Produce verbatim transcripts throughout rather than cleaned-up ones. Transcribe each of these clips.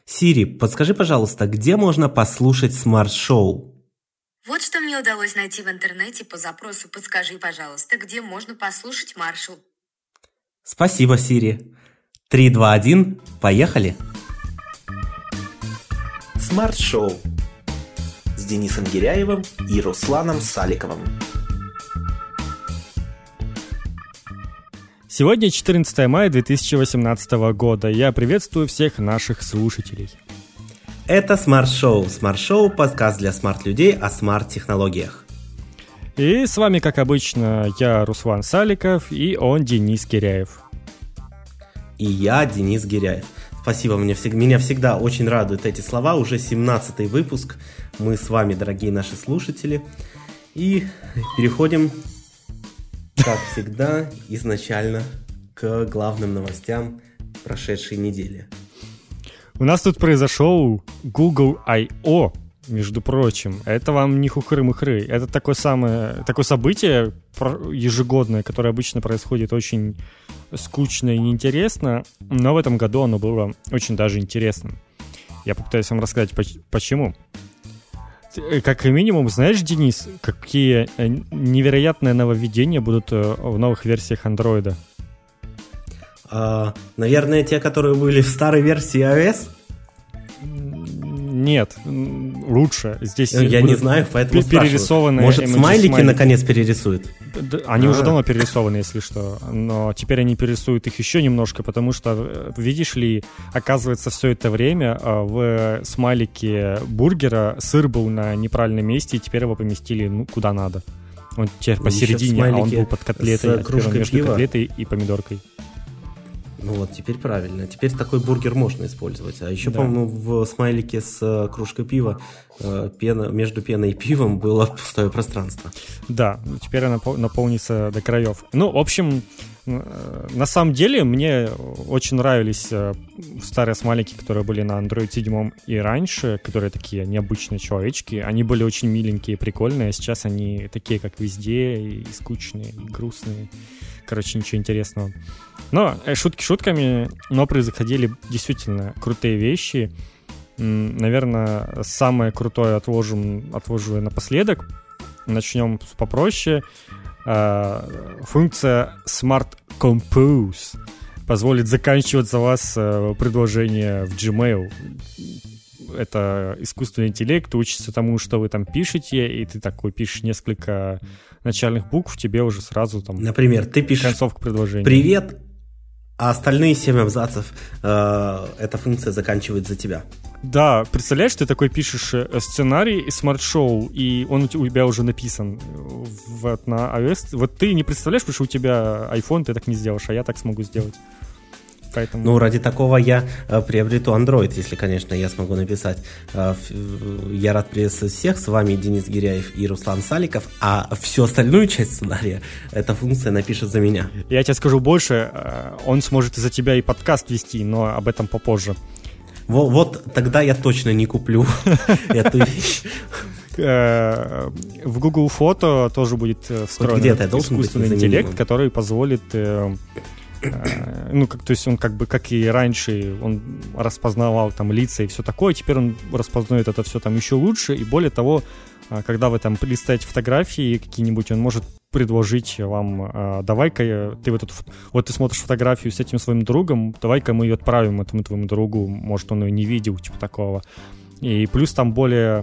Сири, подскажи, пожалуйста, где можно послушать смарт-шоу? Вот что мне удалось найти в интернете по запросу «Подскажи, пожалуйста, где можно послушать Маршал». Спасибо, Сири. Три, два, один, поехали! Смарт-шоу с Денисом Гиряевым и Русланом Саликовым. Сегодня четырнадцатое мая две тысячи восемнадцатого года. Я приветствую всех наших слушателей. Это смарт-шоу. Смарт-шоу – подкаст для смарт-людей о смарт-технологиях. И с вами, как обычно, я, Руслан Саликов, и он, Денис Гиряев. И я, Денис Гиряев. Спасибо, мне, меня всегда очень радуют эти слова. Уже семнадцатый выпуск. Мы с вами, дорогие наши слушатели. И переходим, как всегда, изначально к главным новостям прошедшей недели. У нас тут произошел Google I O, между прочим. Это вам не хухры-мухры. Это такое самое, такое событие ежегодное, которое обычно происходит очень скучно и неинтересно, но в этом году оно было очень даже интересным. Я попытаюсь вам рассказать, почему. Как минимум, знаешь, Денис, какие невероятные нововведения будут в новых версиях Android? А, наверное, те, которые были в старой версии iOS? Нет, лучше. Здесь я не знаю, поэтому перерисованы. Может, смайлики, смайлики наконец перерисуют? Они А-а-а. уже давно перерисованы, если что. Но теперь они перерисуют их еще немножко, потому что, видишь ли, оказывается, все это время в смайлике бургера сыр был на неправильном месте, и теперь его поместили ну, куда надо. Он теперь посередине, а он был под котлетой, а теперь он между пива. котлетой и помидоркой. Ну вот, теперь правильно. Теперь такой бургер можно использовать. А еще, да. по-моему, в смайлике с кружкой пива пена, между пеной и пивом было пустое пространство. Да, теперь она наполнится до краев. Ну, в общем, на самом деле, мне очень нравились старые смайлики, которые были на Android семь и раньше, которые такие необычные человечки. Они были очень миленькие и прикольные, а сейчас они такие, как везде, и скучные, и грустные. Короче, ничего интересного. Но шутки шутками, но происходили действительно крутые вещи. Наверное, самое крутое отложим, отложу напоследок. Начнем попроще. Функция Smart Compose позволит заканчивать за вас предложение в Gmail. Это искусственный интеллект, учится тому, что вы там пишете, и ты такой пишешь несколько начальных букв, тебе уже сразу там... Например, ты пишешь концовку предложения. «Привет», а остальные семь абзацев э, эта функция заканчивает за тебя. Да, представляешь, ты такой пишешь сценарий смарт-шоу, и он у тебя уже написан вот на iOS. Вот ты не представляешь, потому что у тебя iPhone, ты так не сделаешь, а я так смогу сделать. Поэтому... Ну, ради такого я э, приобрету Android, если, конечно, я смогу написать. Э, я рад приветствовать всех. С вами Денис Гиряев и Руслан Саликов. А всю остальную часть сценария эта функция напишет за меня. Я тебе скажу больше. Он сможет из-за тебя и подкаст вести, но об этом попозже. Вот, вот тогда я точно не куплю эту вещь. В Google Фото тоже будет встроен искусственный интеллект, который позволит... Ну, как, то есть он как бы, как и раньше, он распознавал там лица и все такое, теперь он распознает это все там еще лучше, и более того, когда вы там листаете фотографии какие-нибудь, он может предложить вам, давай-ка ты вот, тут, вот ты смотришь фотографию с этим своим другом, давай-ка мы ее отправим этому твоему другу, может он ее не видел, типа такого. И плюс там более...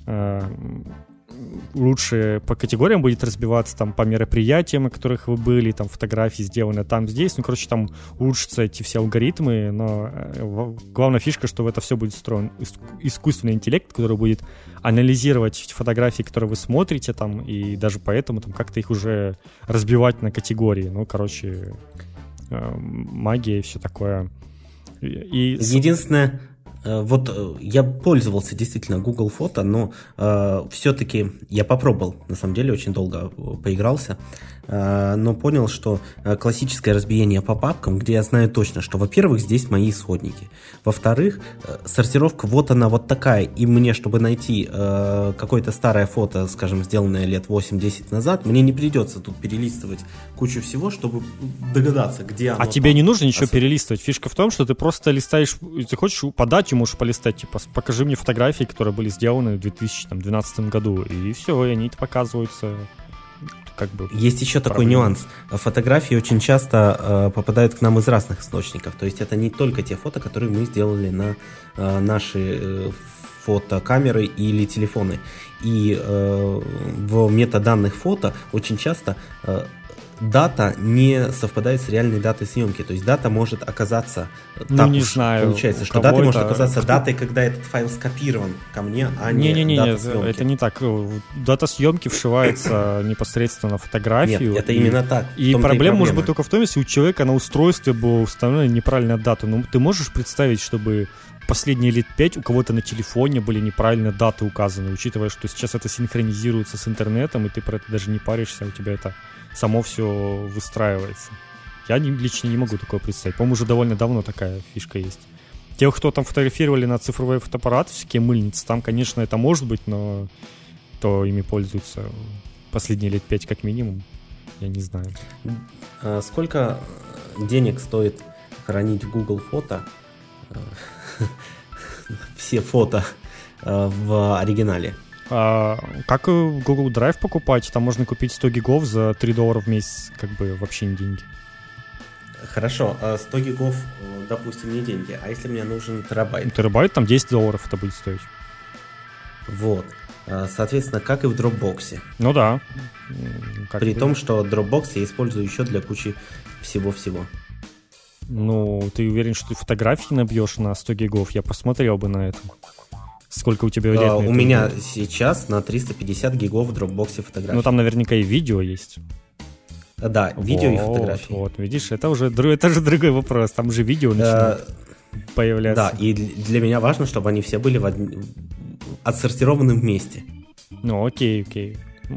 лучше по категориям будет разбиваться, там, по мероприятиям, на которых вы были, там, фотографии сделаны там, здесь, ну, короче, там улучшатся эти все алгоритмы, но главная фишка, что в это все будет встроен искусственный интеллект, который будет анализировать эти фотографии, которые вы смотрите, там, и даже поэтому, там, как-то их уже разбивать на категории, ну, короче, магия и все такое. И... Единственное... Вот я пользовался действительно Google Фото, но э, все-таки я попробовал, на самом деле очень долго поигрался, э, но понял, что классическое разбиение по папкам, где я знаю точно, что, во-первых, здесь мои исходники, во-вторых, э, сортировка вот она вот такая, и мне, чтобы найти э, какое-то старое фото, скажем, сделанное лет восемь-десять назад, мне не придется тут перелистывать кучу всего, чтобы догадаться, где оно. А тебе не нужно ничего перелистывать, фишка в том, что ты просто листаешь, ты хочешь подать ВКонтакте можешь полистать, типа, покажи мне фотографии, которые были сделаны в две тысячи двенадцатом году, и все, и они показываются. Как бы есть еще такой нюанс. Фотографии очень часто э, попадают к нам из разных источников. То есть это не только те фото, которые мы сделали на э, наши э, фотокамеры или телефоны. И э, в метаданных фото очень часто э, дата не совпадает с реальной датой съемки. То есть дата может оказаться, ну, так не уж знаю, получается, что дата может оказаться датой, когда этот файл скопирован ко мне, а не, не, не дата не, съемки. Это не так. Дата съемки вшивается непосредственно в фотографию. Нет, это именно так. И проблема может быть только в том, если у человека на устройстве была установлена неправильная дата. Ну, ты можешь представить, чтобы последние лет пять у кого-то на телефоне были неправильные даты указаны, учитывая, что сейчас это синхронизируется с интернетом, и ты про это даже не паришься, у тебя это само все выстраивается. Я не, лично не могу такое представить. По-моему, уже довольно давно такая фишка есть. Те, кто там фотографировали на цифровой фотоаппарат, всякие мыльницы, там, конечно, это может быть, но кто ими пользуется последние лет пять как минимум, я не знаю. А сколько денег стоит хранить в Google фото все фото в оригинале? А, как Google Drive покупать? Там можно купить сто гигов за три доллара в месяц, как бы вообще не деньги. Хорошо, сто гигов, допустим, не деньги, а если мне нужен терабайт? Терабайт, там десять долларов это будет стоить. Вот. Соответственно, как и в Dropbox. Ну да. Как При бы... том, что Dropbox я использую еще для кучи всего-всего. Ну, ты уверен, что ты фотографии набьешь на сто гигов? Я посмотрел бы на это. Сколько у тебя лет? А, у меня будет? Сейчас на триста пятьдесят гигов в Dropbox фотографий. Ну, там наверняка и видео есть. Да, видео вот, и фотографии. Вот, видишь, это уже, это же другой вопрос. Там же видео начинает а, появляться. Да, и для меня важно, чтобы они все были в од... отсортированы вместе. Ну, окей, окей.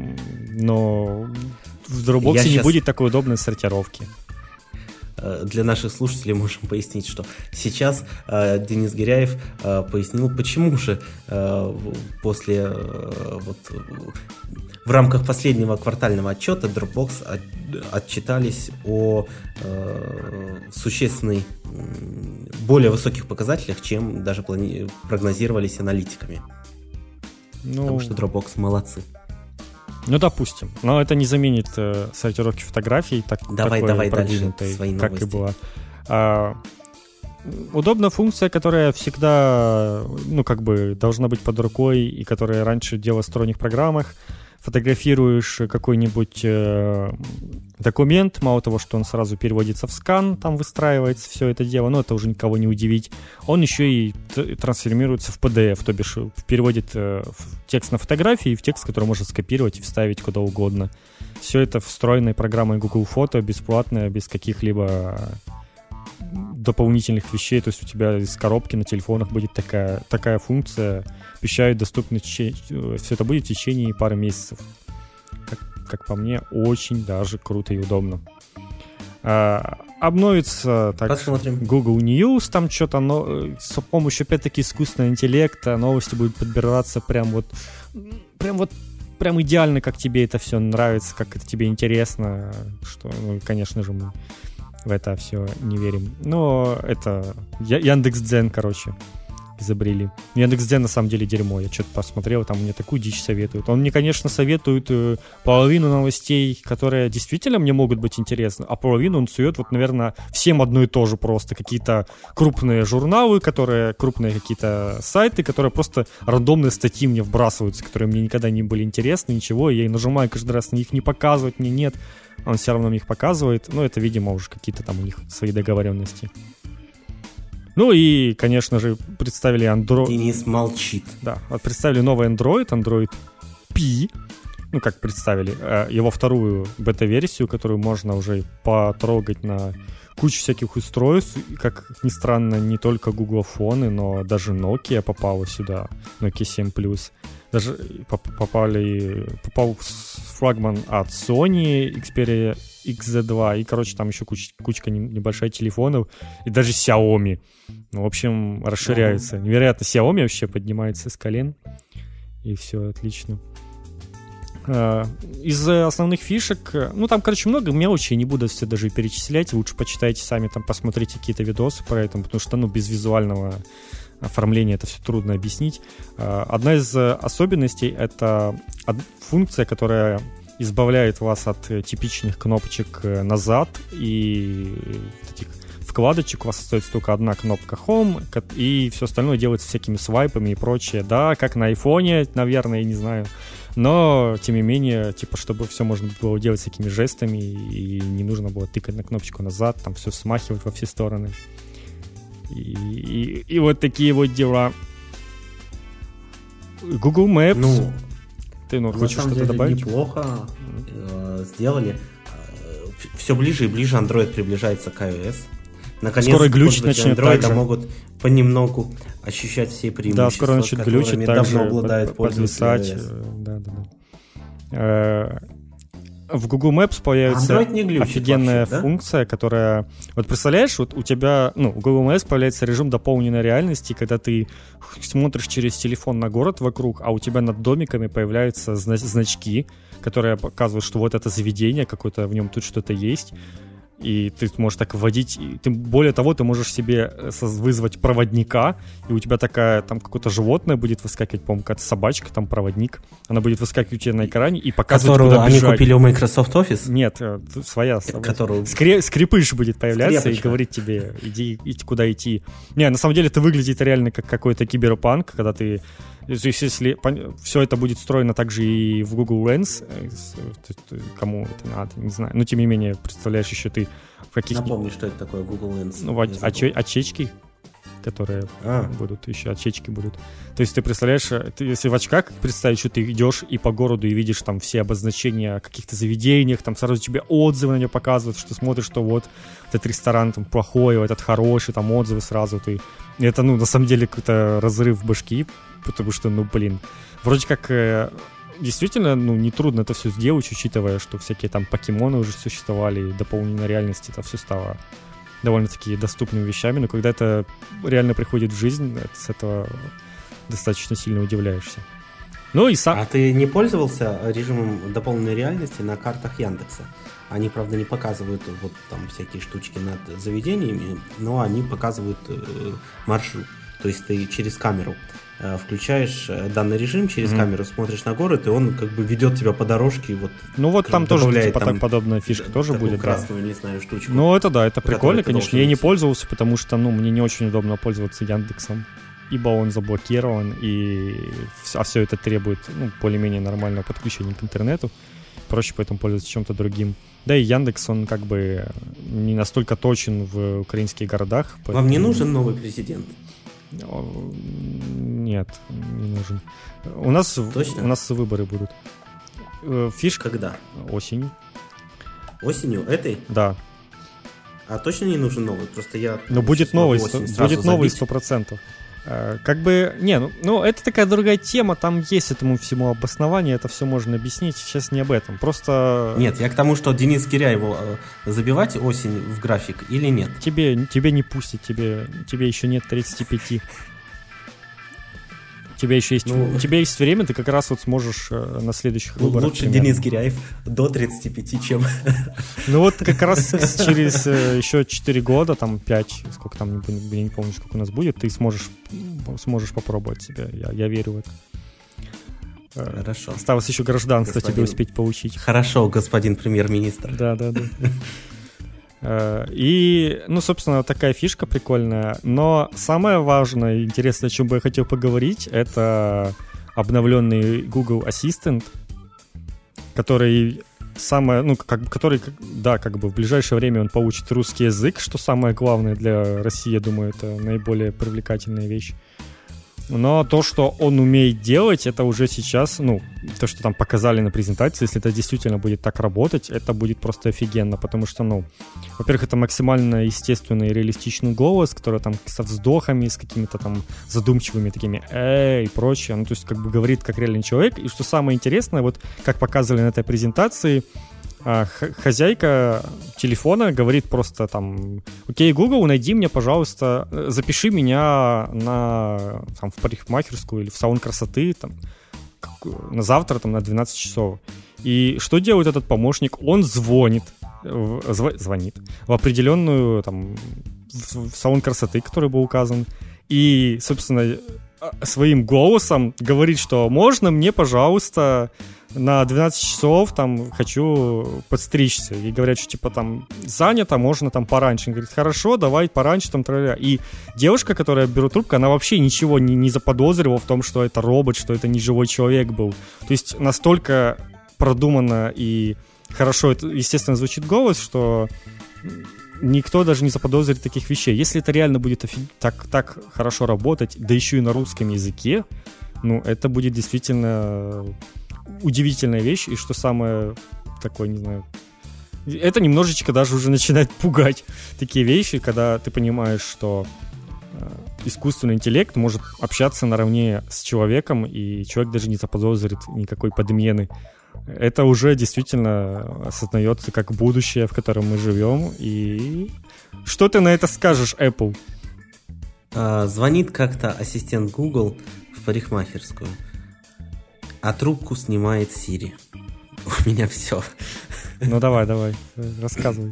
Но в Dropbox Я не сейчас... будет такой удобной сортировки. Для наших слушателей можем пояснить, что сейчас э, Денис Гиряев э, пояснил, почему же э, после э, вот, в рамках последнего квартального отчета Dropbox от, отчитались о э, существенной, более высоких показателях, чем даже плани- прогнозировались аналитиками. Ну... Потому что Dropbox молодцы. Ну, допустим. Но это не заменит э, сортировки фотографий, так, давай, такой давай продвинутой, дальше свои как новости. И была. А, удобная функция, которая всегда, ну, как бы, должна быть под рукой, и которая раньше делалась в сторонних программах. Фотографируешь какой-нибудь э, документ, мало того, что он сразу переводится в скан, там выстраивается все это дело, но это уже никого не удивить. Он еще и т- трансформируется в пи ди эф, то бишь переводит э, в текст на фотографии и в текст, который можно скопировать и вставить куда угодно. Все это встроенной программой Google Фото, бесплатная, без каких-либо дополнительных вещей, то есть у тебя из коробки на телефонах будет такая, такая функция, обещают доступно, все это будет в течение пары месяцев. Как, как по мне, очень даже круто и удобно. А, обновится так, Посмотрим. Google News, там что-то, но, с помощью опять-таки искусственного интеллекта новости будут подбираться прям вот, прям вот прям идеально, как тебе это все нравится, как это тебе интересно, что, ну, конечно же, мы в это все не верим. Но это Яндекс.Дзен, короче, изобрели. Яндекс.Дзен на самом деле дерьмо. Я что-то посмотрел, там мне такую дичь советуют. Он мне, конечно, советует половину новостей, которые действительно мне могут быть интересны, а половину он сует, вот, наверное, всем одно и то же просто. Какие-то крупные журналы, которые, крупные какие-то сайты, которые просто рандомные статьи мне вбрасываются, которые мне никогда не были интересны, ничего. Я и нажимаю каждый раз на них не показывать, мне нет. Он все равно мне их показывает. Ну, это, видимо, уже какие-то там у них свои договоренности. Ну и, конечно же, представили Android... Денис молчит. Да, представили новый Android, Android P. Ну, как представили. Его вторую бета-версию, которую можно уже потрогать на кучу всяких устройств. Как ни странно, не только гуглофоны, но даже Nokia попала сюда. Nokia семь плюс. Даже попали, попал флагман от Sony Xperia икс зет два и, короче, там еще куч, кучка небольшая телефонов и даже Xiaomi. Ну, в общем, расширяется. Uh-huh. Невероятно, Xiaomi вообще поднимается с колен. И все отлично. Из основных фишек, ну, там, короче, много мелочей, не буду все даже перечислять. Лучше почитайте сами, там, посмотрите какие-то видосы про это, потому что, ну, без визуального оформление, это все трудно объяснить. Одна из особенностей — это функция, которая избавляет вас от типичных кнопочек назад и таких вкладочек. У вас остается только одна кнопка Home, и все остальное делается всякими свайпами и прочее. Да, как на айфоне, наверное, я не знаю. Но, тем не менее, типа, чтобы все можно было делать всякими жестами, и не нужно было тыкать на кнопочку назад, там все смахивать во все стороны. И, и, и вот такие вот дела. Google Maps. Ну, ты ну, хочешь что-то деле, добавить? Неплохо э, сделали. Все ближе и ближе Android приближается к iOS. Наконец, скоро глючить начнет Android могут понемногу ощущать все преимущества, да, скоро начнет глючить, давно обладает под, пользователь Да, да, да. В Google Maps появится офигенная вообще, функция, да? Которая... Вот представляешь, вот у тебя... Ну, в Google Maps появляется режим дополненной реальности, когда ты смотришь через телефон на город вокруг, а у тебя над домиками появляются зна- значки, которые показывают, что вот это заведение какое-то, в нем тут что-то есть. И ты можешь так вводить, и ты, более того, ты можешь себе вызвать проводника, и у тебя такая, там какое-то животное будет выскакивать, по-моему, какая-то собачка, там проводник, она будет выскакивать у тебя на экране и показывать, которую куда бежать. Они купили у Microsoft Office? Нет, своя собачка. Которую... Скре- скрипыш будет появляться Скрепочка. И говорить тебе, иди, иди, куда идти. Не, на самом деле это выглядит реально как какой-то киберпанк, когда ты... То есть, если все это будет встроено также и в Google Lens, кому это надо, не знаю. Но, тем не менее, представляешь, еще ты в каких... Напомни, что это такое Google Lens. Ну, оч- очечки, которые а. будут, еще очечки будут. То есть ты представляешь, ты, если в очках представить, что ты идешь и по городу и видишь там все обозначения о каких-то заведениях, там сразу тебе отзывы на него показывают, что смотришь, что вот этот ресторан там плохой, этот хороший, там отзывы сразу. Ты... И это, ну, на самом деле какой-то разрыв башки, потому что, ну, блин, вроде как э, действительно, ну, нетрудно это все сделать, учитывая, что всякие там покемоны уже существовали, и дополненная реальность, это все стало довольно-таки доступными вещами, но когда это реально приходит в жизнь, это, с этого достаточно сильно удивляешься. Ну и сам... А ты не пользовался режимом дополненной реальности на картах Яндекса? Они, правда, не показывают вот там всякие штучки над заведениями, но они показывают э, маршрут. То есть ты через камеру э, включаешь данный режим, через mm-hmm. камеру смотришь на город, и он как бы ведет тебя по дорожке. Вот, ну вот там тоже типа, там, подобная фишка д- тоже будет. Красную, да. не знаю, штучку. Ну это да, это прикольно, конечно. Я не пользовался, потому что ну, мне не очень удобно пользоваться Яндексом, ибо он заблокирован, и а все это требует ну, более-менее нормального подключения к интернету. Проще поэтому пользоваться чем-то другим. Да и Яндекс, он как бы не настолько точен в украинских городах. Поэтому... Вам не нужен новый президент? Нет, не нужен. У нас, у нас выборы будут. Фишка... Когда? Осенью. Осенью? Этой? Да. А точно не нужен новый? Просто я... Ну, будет новый, будет новый сто процентов. Как бы, не, ну, ну, это такая другая тема, там есть этому всему обоснование, это все можно объяснить, сейчас не об этом, просто... Нет, я к тому, что Денис Киряеву забивать осень в график или нет? Тебе, тебе не пустят, тебе, тебе еще нет тридцати пяти. У тебя еще есть, ну, у тебя есть время, ты как раз вот сможешь э, на следующих выборах... Лучше примерно. Денис Киряев до тридцати пяти, чем... Ну вот как раз через э, еще четыре года, там пять, сколько там, я не помню, сколько у нас будет, ты сможешь, сможешь попробовать себя, я, я верю в это. Хорошо. Осталось еще гражданство господин... тебе успеть получить. Хорошо, господин премьер-министр. Да, да, да. И, ну, собственно, такая фишка прикольная. Но самое важное и интересное, о чем бы я хотел поговорить, это обновленный Google Assistant, который самое, ну, как, который, да, как бы в ближайшее время он получит русский язык, что самое главное для России, я думаю, это наиболее привлекательная вещь. Но то, что он умеет делать, это уже сейчас, ну, то, что там показали на презентации, если это действительно будет так работать, это будет просто офигенно, потому что, ну, во-первых, это максимально естественный и реалистичный голос, который там со вздохами, с какими-то там задумчивыми такими «эй» и прочее, ну, то есть как бы говорит как реальный человек, и что самое интересное, вот как показывали на этой презентации, хозяйка телефона говорит просто там: окей, Google, найди мне, пожалуйста, запиши меня на, там, в парикмахерскую или в салон красоты там, на завтра там, на двенадцать часов. И что делает этот помощник? Он звонит, зв, звонит в определенную там, в салон красоты, который был указан, и, собственно, своим голосом говорит, что можно мне, пожалуйста, на двенадцать часов там хочу подстричься. И говорят, что типа там занято, можно там пораньше. Он говорит, хорошо, давай пораньше там тра-ля. И девушка, которая берет трубку, она вообще ничего не, не заподозрила в том, что это робот, что это не живой человек был. То есть настолько продуманно и хорошо, это, естественно, звучит голос, что никто даже не заподозрит таких вещей. Если это реально будет офиг... так, так хорошо работать, да еще и на русском языке, ну, это будет действительно удивительная вещь. И что самое такое, не знаю, это немножечко даже уже начинает пугать такие вещи, когда ты понимаешь, что искусственный интеллект может общаться наравне с человеком, и человек даже не заподозрит никакой подмены. Это уже действительно осознается как будущее, в котором мы живем. И что ты на это скажешь, Apple? А, звонит как-то ассистент Google в парикмахерскую, а трубку снимает Siri. У меня все. Ну давай, давай, рассказывай.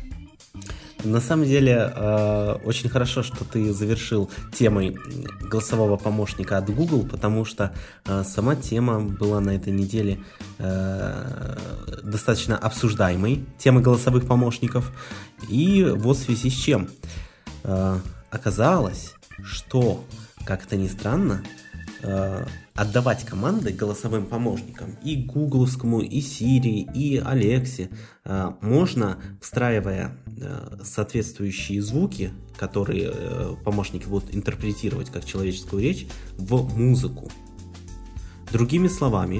На самом деле, э, очень хорошо, что ты завершил темой голосового помощника от Google, потому что э, сама тема была на этой неделе э, достаточно обсуждаемой, тема голосовых помощников. И вот в связи с чем э, оказалось, что, как это ни странно, э, отдавать команды голосовым помощникам и гугловскому, и Siri, и Алексе э, можно, встраивая э, соответствующие звуки, которые э, помощники будут интерпретировать как человеческую речь, в музыку. Другими словами,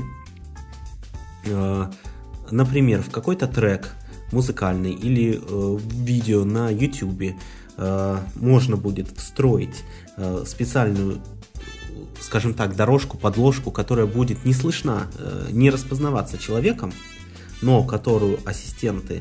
э, например, в какой-то трек музыкальный или э, видео на YouTube э, можно будет встроить э, специальную, скажем так, дорожку, подложку, которая будет не слышна, не распознаваться человеком, но которую ассистенты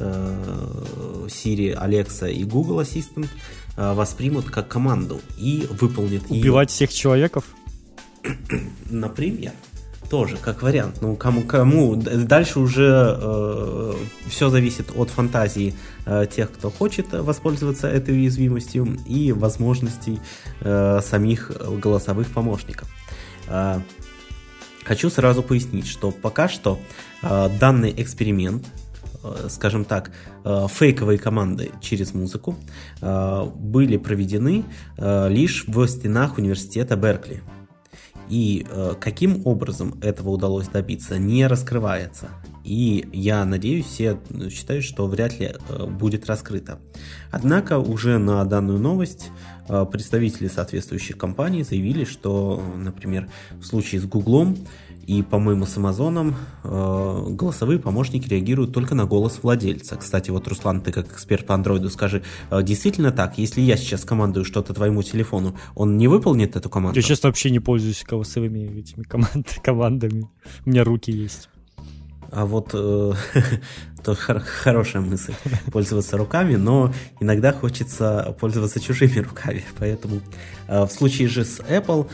Siri, Alexa и Google Assistant воспримут как команду и выполнят ее. Убивать всех человеков? Например. Тоже как вариант. Ну, кому, кому. Дальше уже э, все зависит от фантазии э, тех, кто хочет воспользоваться этой уязвимостью, и возможностей э, самих голосовых помощников. Э, хочу сразу пояснить, что пока что э, данный эксперимент, э, скажем так, э, фейковые команды через музыку э, были проведены э, лишь в стенах университета Беркли. И э, каким образом этого удалось добиться, не раскрывается. И я надеюсь, все считают, что вряд ли э, будет раскрыто. Однако уже на данную новость э, представители соответствующих компаний заявили, что, например, в случае с Гуглом и, по-моему, с Амазоном э, голосовые помощники реагируют только на голос владельца. Кстати, вот, Руслан, ты как эксперт по андроиду, скажи, э, действительно так? Если я сейчас командую что-то твоему телефону, он не выполнит эту команду? Я сейчас вообще не пользуюсь голосовыми этими команд, командами. У меня руки есть. А вот э, то хор- хорошая мысль пользоваться руками, но иногда хочется пользоваться чужими руками. Поэтому э, в случае же с Apple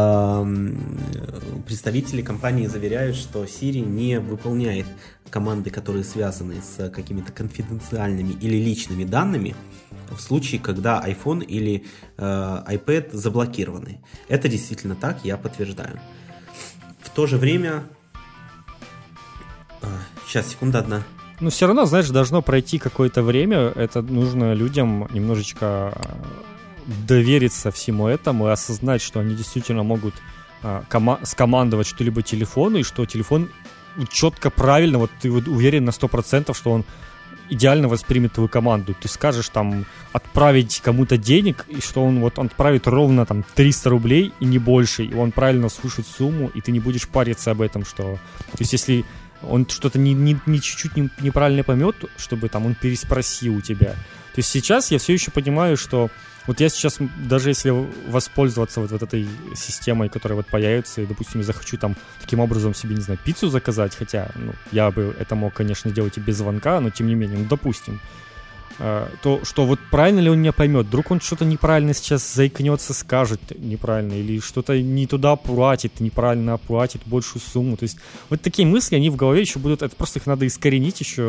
э, представители компании заверяют, что Siri не выполняет команды, которые связаны с какими-то конфиденциальными или личными данными, в случае, когда iPhone или э, iPad заблокированы. Это действительно так, я подтверждаю. В то же время... Сейчас, секунда одна. Ну, все равно, знаешь, должно пройти какое-то время. Это нужно людям немножечко довериться всему этому и осознать, что они действительно могут а, кома- скомандовать что-либо телефону, и что телефон четко, правильно, вот ты уверен на сто процентов, что он идеально воспримет твою команду. Ты скажешь там отправить кому-то денег, и что он вот он отправит ровно там триста рублей и не больше, и он правильно услышит сумму, и ты не будешь париться об этом, что... То есть если он что-то не, не, не чуть-чуть не, неправильно поймет, чтобы там он переспросил у тебя. То есть сейчас я все еще понимаю, что вот я сейчас, даже если воспользоваться вот, вот этой системой, которая вот появится, и, допустим, я захочу там таким образом себе, не знаю, пиццу заказать, хотя, ну, я бы это мог, конечно, делать и без звонка, но тем не менее, ну, допустим, то что вот правильно ли он меня поймет? Вдруг он что-то неправильно сейчас заикнется, скажет неправильно, или что-то не туда оплатит, неправильно оплатит большую сумму. То есть вот такие мысли, они в голове еще будут, это просто их надо искоренить еще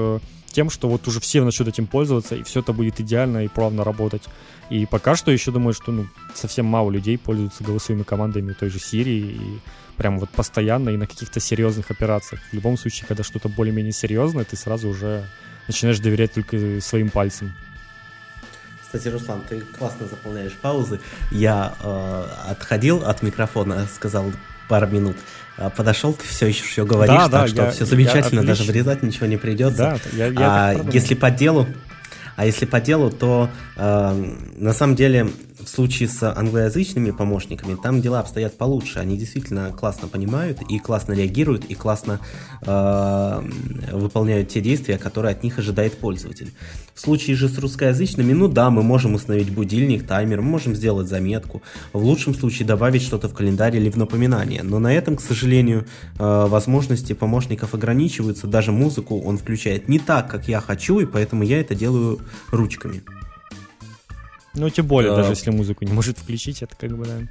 тем, что вот уже все начнут этим пользоваться, и все это будет идеально и плавно работать. И пока что еще думаю, что ну, совсем мало людей пользуются голосовыми командами той же Siri, и прям вот постоянно и на каких-то серьезных операциях. В любом случае, когда что-то более-менее серьезное, ты сразу уже начинаешь доверять только своим пальцам. Кстати, Руслан, ты классно заполняешь паузы. Я э, отходил от микрофона, сказал пару минут. Подошел, ты все еще все говоришь, да, так да, что я, все замечательно, я даже вырезать ничего не придется. Да, я, я а если по делу, а если по делу, то э, на самом деле в случае с англоязычными помощниками там дела обстоят получше. Они действительно классно понимают и классно реагируют, и классно э, выполняют те действия, которые от них ожидает пользователь. В случае же с русскоязычными, ну да, мы можем установить будильник, таймер, мы можем сделать заметку, в лучшем случае добавить что-то в календарь или в напоминание. Но на этом, к сожалению, э, возможности помощников ограничиваются. Даже музыку он включает не так, как я хочу, и поэтому я это делаю ручками. Ну, тем более, а... даже если музыку не может включить, это как бы, да.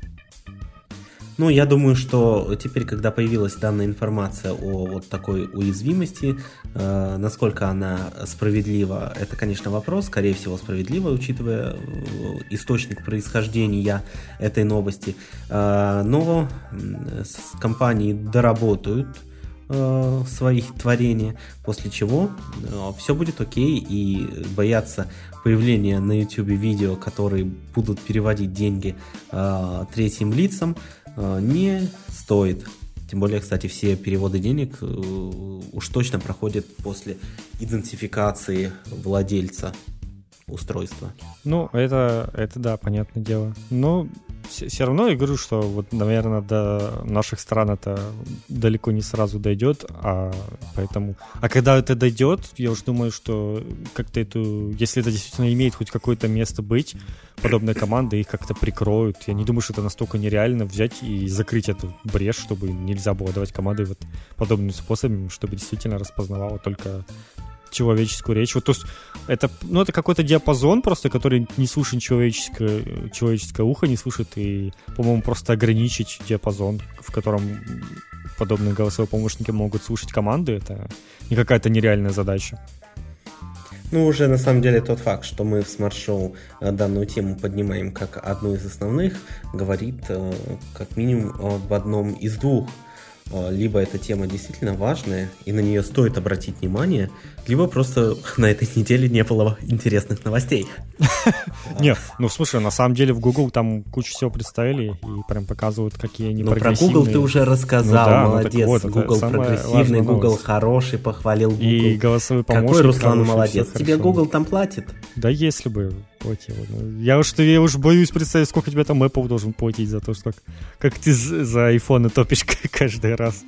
Ну, я думаю, что теперь, когда появилась данная информация о вот такой уязвимости, э, насколько она справедлива, это, конечно, вопрос, скорее всего, справедлива, учитывая источник происхождения этой новости. Э, но компании доработают э, свои творения, после чего э, все будет окей, и бояться появления на YouTube видео, которые будут переводить деньги э, третьим лицам, не стоит. Тем более, кстати, все переводы денег уж точно проходят после идентификации владельца устройства. Ну, это, это да, понятное дело. Но все равно я говорю, что вот, наверное, до наших стран это далеко не сразу дойдет, а поэтому... А когда это дойдет, я уж думаю, что как-то эту... Если это действительно имеет хоть какое-то место быть, подобные команды их как-то прикроют. Я не думаю, что это настолько нереально взять и закрыть эту брешь, чтобы нельзя было давать команды вот подобными способами, чтобы действительно распознавало только человеческую речь. Вот, то есть это, ну, это какой-то диапазон просто, который не слушает человеческое, человеческое ухо, не слушает, и, по-моему, просто ограничить диапазон, в котором подобные голосовые помощники могут слушать команды, это не какая-то нереальная задача. Ну, уже на самом деле тот факт, что мы в смарт-шоу данную тему поднимаем как одну из основных, говорит как минимум об одном из двух. Либо эта тема действительно важная, и на нее стоит обратить внимание, либо просто на этой неделе не было интересных новостей. Нет, ну слушай, на самом деле в Google там кучу всего представили и прям показывают, какие они прогрессивные. Ну про Google ты уже рассказал, молодец. Google прогрессивный, Google хороший, похвалил Google. И голосовой помощник. Какой Руслан молодец. Тебе Google там платит? Да если бы платил. Я уж, я уж боюсь представить, сколько тебе там Apple должен платить за то, что как ты за айфоны топишь каждый раз.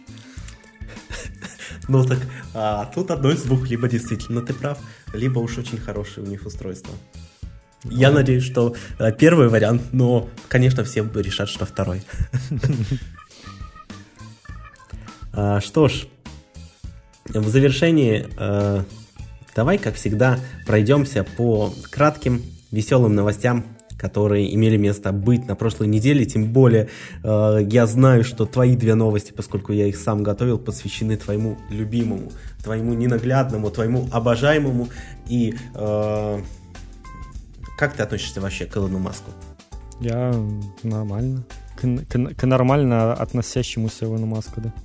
Ну так, а, тут одно из двух, либо действительно ты прав, либо уж очень хорошее у них устройство. Я надеюсь, что а, первый вариант, но, конечно, все решат, что второй. а, Что ж, в завершении а, давай, как всегда, пройдемся по кратким, веселым новостям, которые имели место быть на прошлой неделе. Тем более э, я знаю, что твои две новости, поскольку я их сам готовил, посвящены твоему любимому, твоему ненаглядному, твоему обожаемому. И э, как ты относишься вообще к Илону Маску? Я нормально. К, к, к нормально относящемуся Илону Маску, да.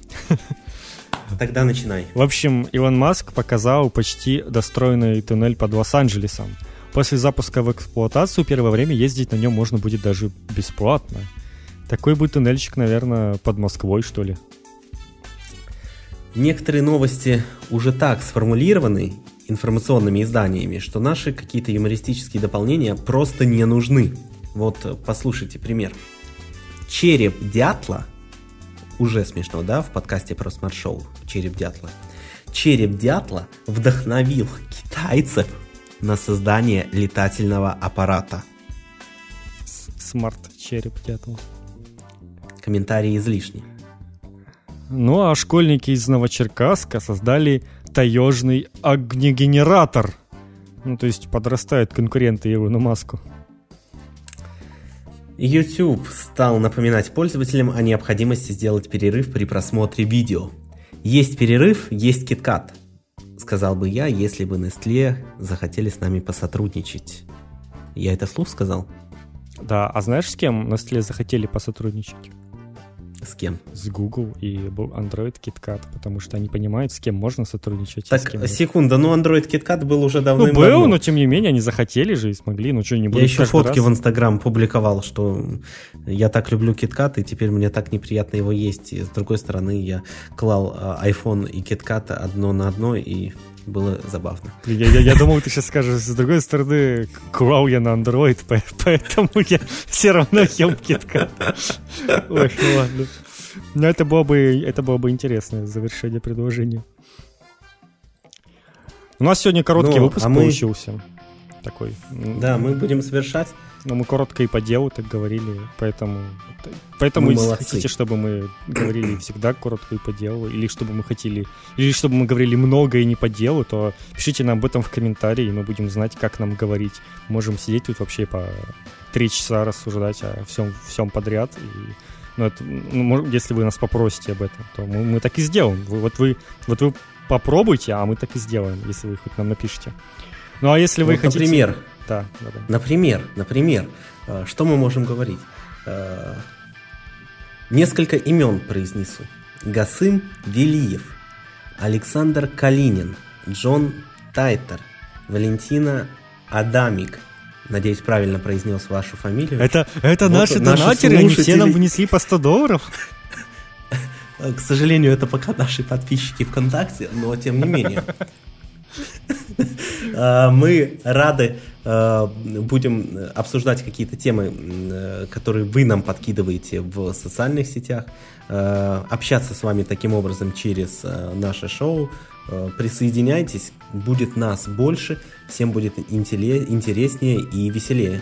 Тогда начинай. В общем, Илон Маск показал почти достроенный туннель под Лос-Анджелесом. После запуска в эксплуатацию первое время ездить на нем можно будет даже бесплатно. Такой будет туннельчик, наверное, под Москвой, что ли. Некоторые новости уже так сформулированы информационными изданиями, что наши какие-то юмористические дополнения просто не нужны. Вот послушайте пример. Череп дятла, уже смешно, да, в подкасте про смарт-шоу «Череп дятла». Череп дятла вдохновил китайцев на создание летательного аппарата. Смарт-череп дятла. Комментарии излишни. Ну а школьники из Новочеркасска создали таежный огнегенератор. Ну то есть подрастают конкуренты Илону Маску. YouTube стал напоминать пользователям о необходимости сделать перерыв при просмотре видео. Есть перерыв, есть KitKat. сказал бы я, если бы Nestlé захотели с нами посотрудничать. Я это вслух сказал? Да, а знаешь, с кем Nestlé захотели посотрудничать? С кем? С Google и Android KitKat, потому что они понимают, с кем можно сотрудничать. Так, с кем секунда, ну Android KitKat был уже давным-давно. Ну, был, но тем не менее они захотели же и смогли, ну что, не будут. Я еще фотки раз... в Instagram публиковал, что я так люблю KitKat, и теперь мне так неприятно его есть. И с другой стороны, я клал iPhone и KitKat одно на одно, и было забавно. Я, я, я думал, ты сейчас скажешь, с другой стороны, клал я на Android, поэтому я все равно ем KitKat. Ой, ну ладно. Но это было бы, это было бы интересное завершение предложения. У нас сегодня короткий ну, выпуск а мы... получился. Такой. Да, мы будем завершать. Но мы коротко и по делу так говорили, поэтому, поэтому если молодцы. Хотите, чтобы мы говорили всегда коротко и по делу, или чтобы мы хотели, или чтобы мы говорили много и не по делу, то пишите нам об этом в комментарии, и мы будем знать, как нам говорить. Можем сидеть тут вообще по три часа рассуждать о всем, всем подряд. И, ну, это, ну, если вы нас попросите об этом, то мы, мы так и сделаем. Вы, вот, вы, вот вы попробуйте, а мы так и сделаем, если вы хоть нам напишите. Ну а если вы вот, хотите... Например... Да, да, да. Например, например, что мы можем говорить? Несколько имен произнесу. Гасым Велиев, Александр Калинин, Джон Тайтер, Валентина Адамик. Надеюсь, правильно произнес вашу фамилию. Это, это вот наши донатеры, они все нам внесли по сто долларов. К сожалению, это пока наши подписчики ВКонтакте, но тем не менее. Мы рады будем обсуждать какие-то темы, которые вы нам подкидываете в социальных сетях, общаться с вами таким образом через наше шоу. Присоединяйтесь, будет нас больше, всем будет интереснее и веселее.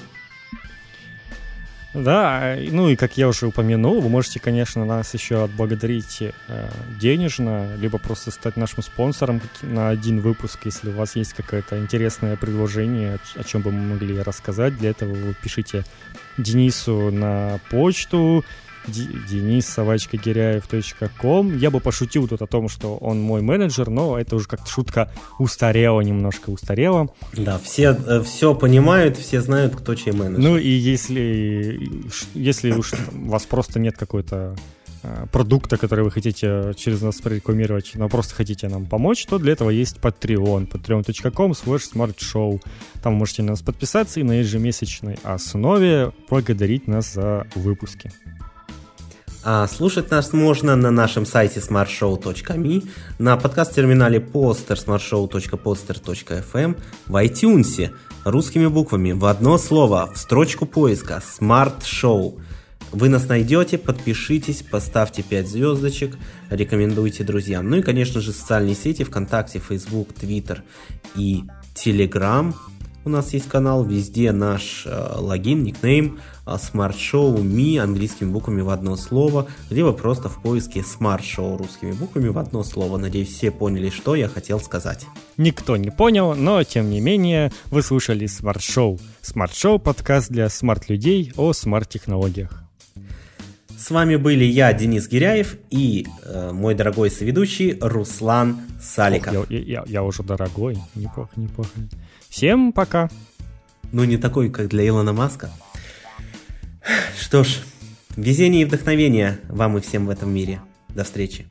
Да, ну и как я уже упомянул, вы можете, конечно, нас еще отблагодарить э, денежно, либо просто стать нашим спонсором на один выпуск, если у вас есть какое-то интересное предложение, о чем бы мы могли рассказать. Для этого вы пишите Денису на почту денис собака гиряев точка ком. Я бы пошутил тут о том, что он мой менеджер, но это уже как-то шутка устарела, немножко устарела. Да, все, все понимают, все знают, кто чей менеджер. Ну и если, если уж у вас просто нет какой-то продукта, который вы хотите через нас прорекламировать, но просто хотите нам помочь, то для этого есть Patreon. patreon точка ком слэш смарт шоу. Там вы можете на нас подписаться и на ежемесячной основе благодарить нас за выпуски. А слушать нас можно на нашем сайте смарт шоу точка ми, на подкаст-терминале Podster смарт шоу точка подстер точка эф эм, в iTunes русскими буквами в одно слово в строчку поиска Smart Show. Вы нас найдете, подпишитесь, поставьте пять звездочек, рекомендуйте друзьям. Ну и, конечно же, социальные сети ВКонтакте, Facebook, Twitter и Telegram. У нас есть канал, везде наш э, логин, никнейм э, Smart Show ми английскими буквами в одно слово, либо просто в поиске Smart Show русскими буквами в одно слово. Надеюсь, все поняли, что я хотел сказать. Никто не понял, но тем не менее вы слушали Smart Show. Smart Show — подкаст для смарт-людей о смарт-технологиях. С вами были я, Денис Гиряев, и э, мой дорогой соведущий Руслан Саликов. Ох, я, я, я уже дорогой, неплохо, неплохо. Всем пока. Ну, не такой, как для Илона Маска. Что ж, везения и вдохновения вам и всем в этом мире. До встречи.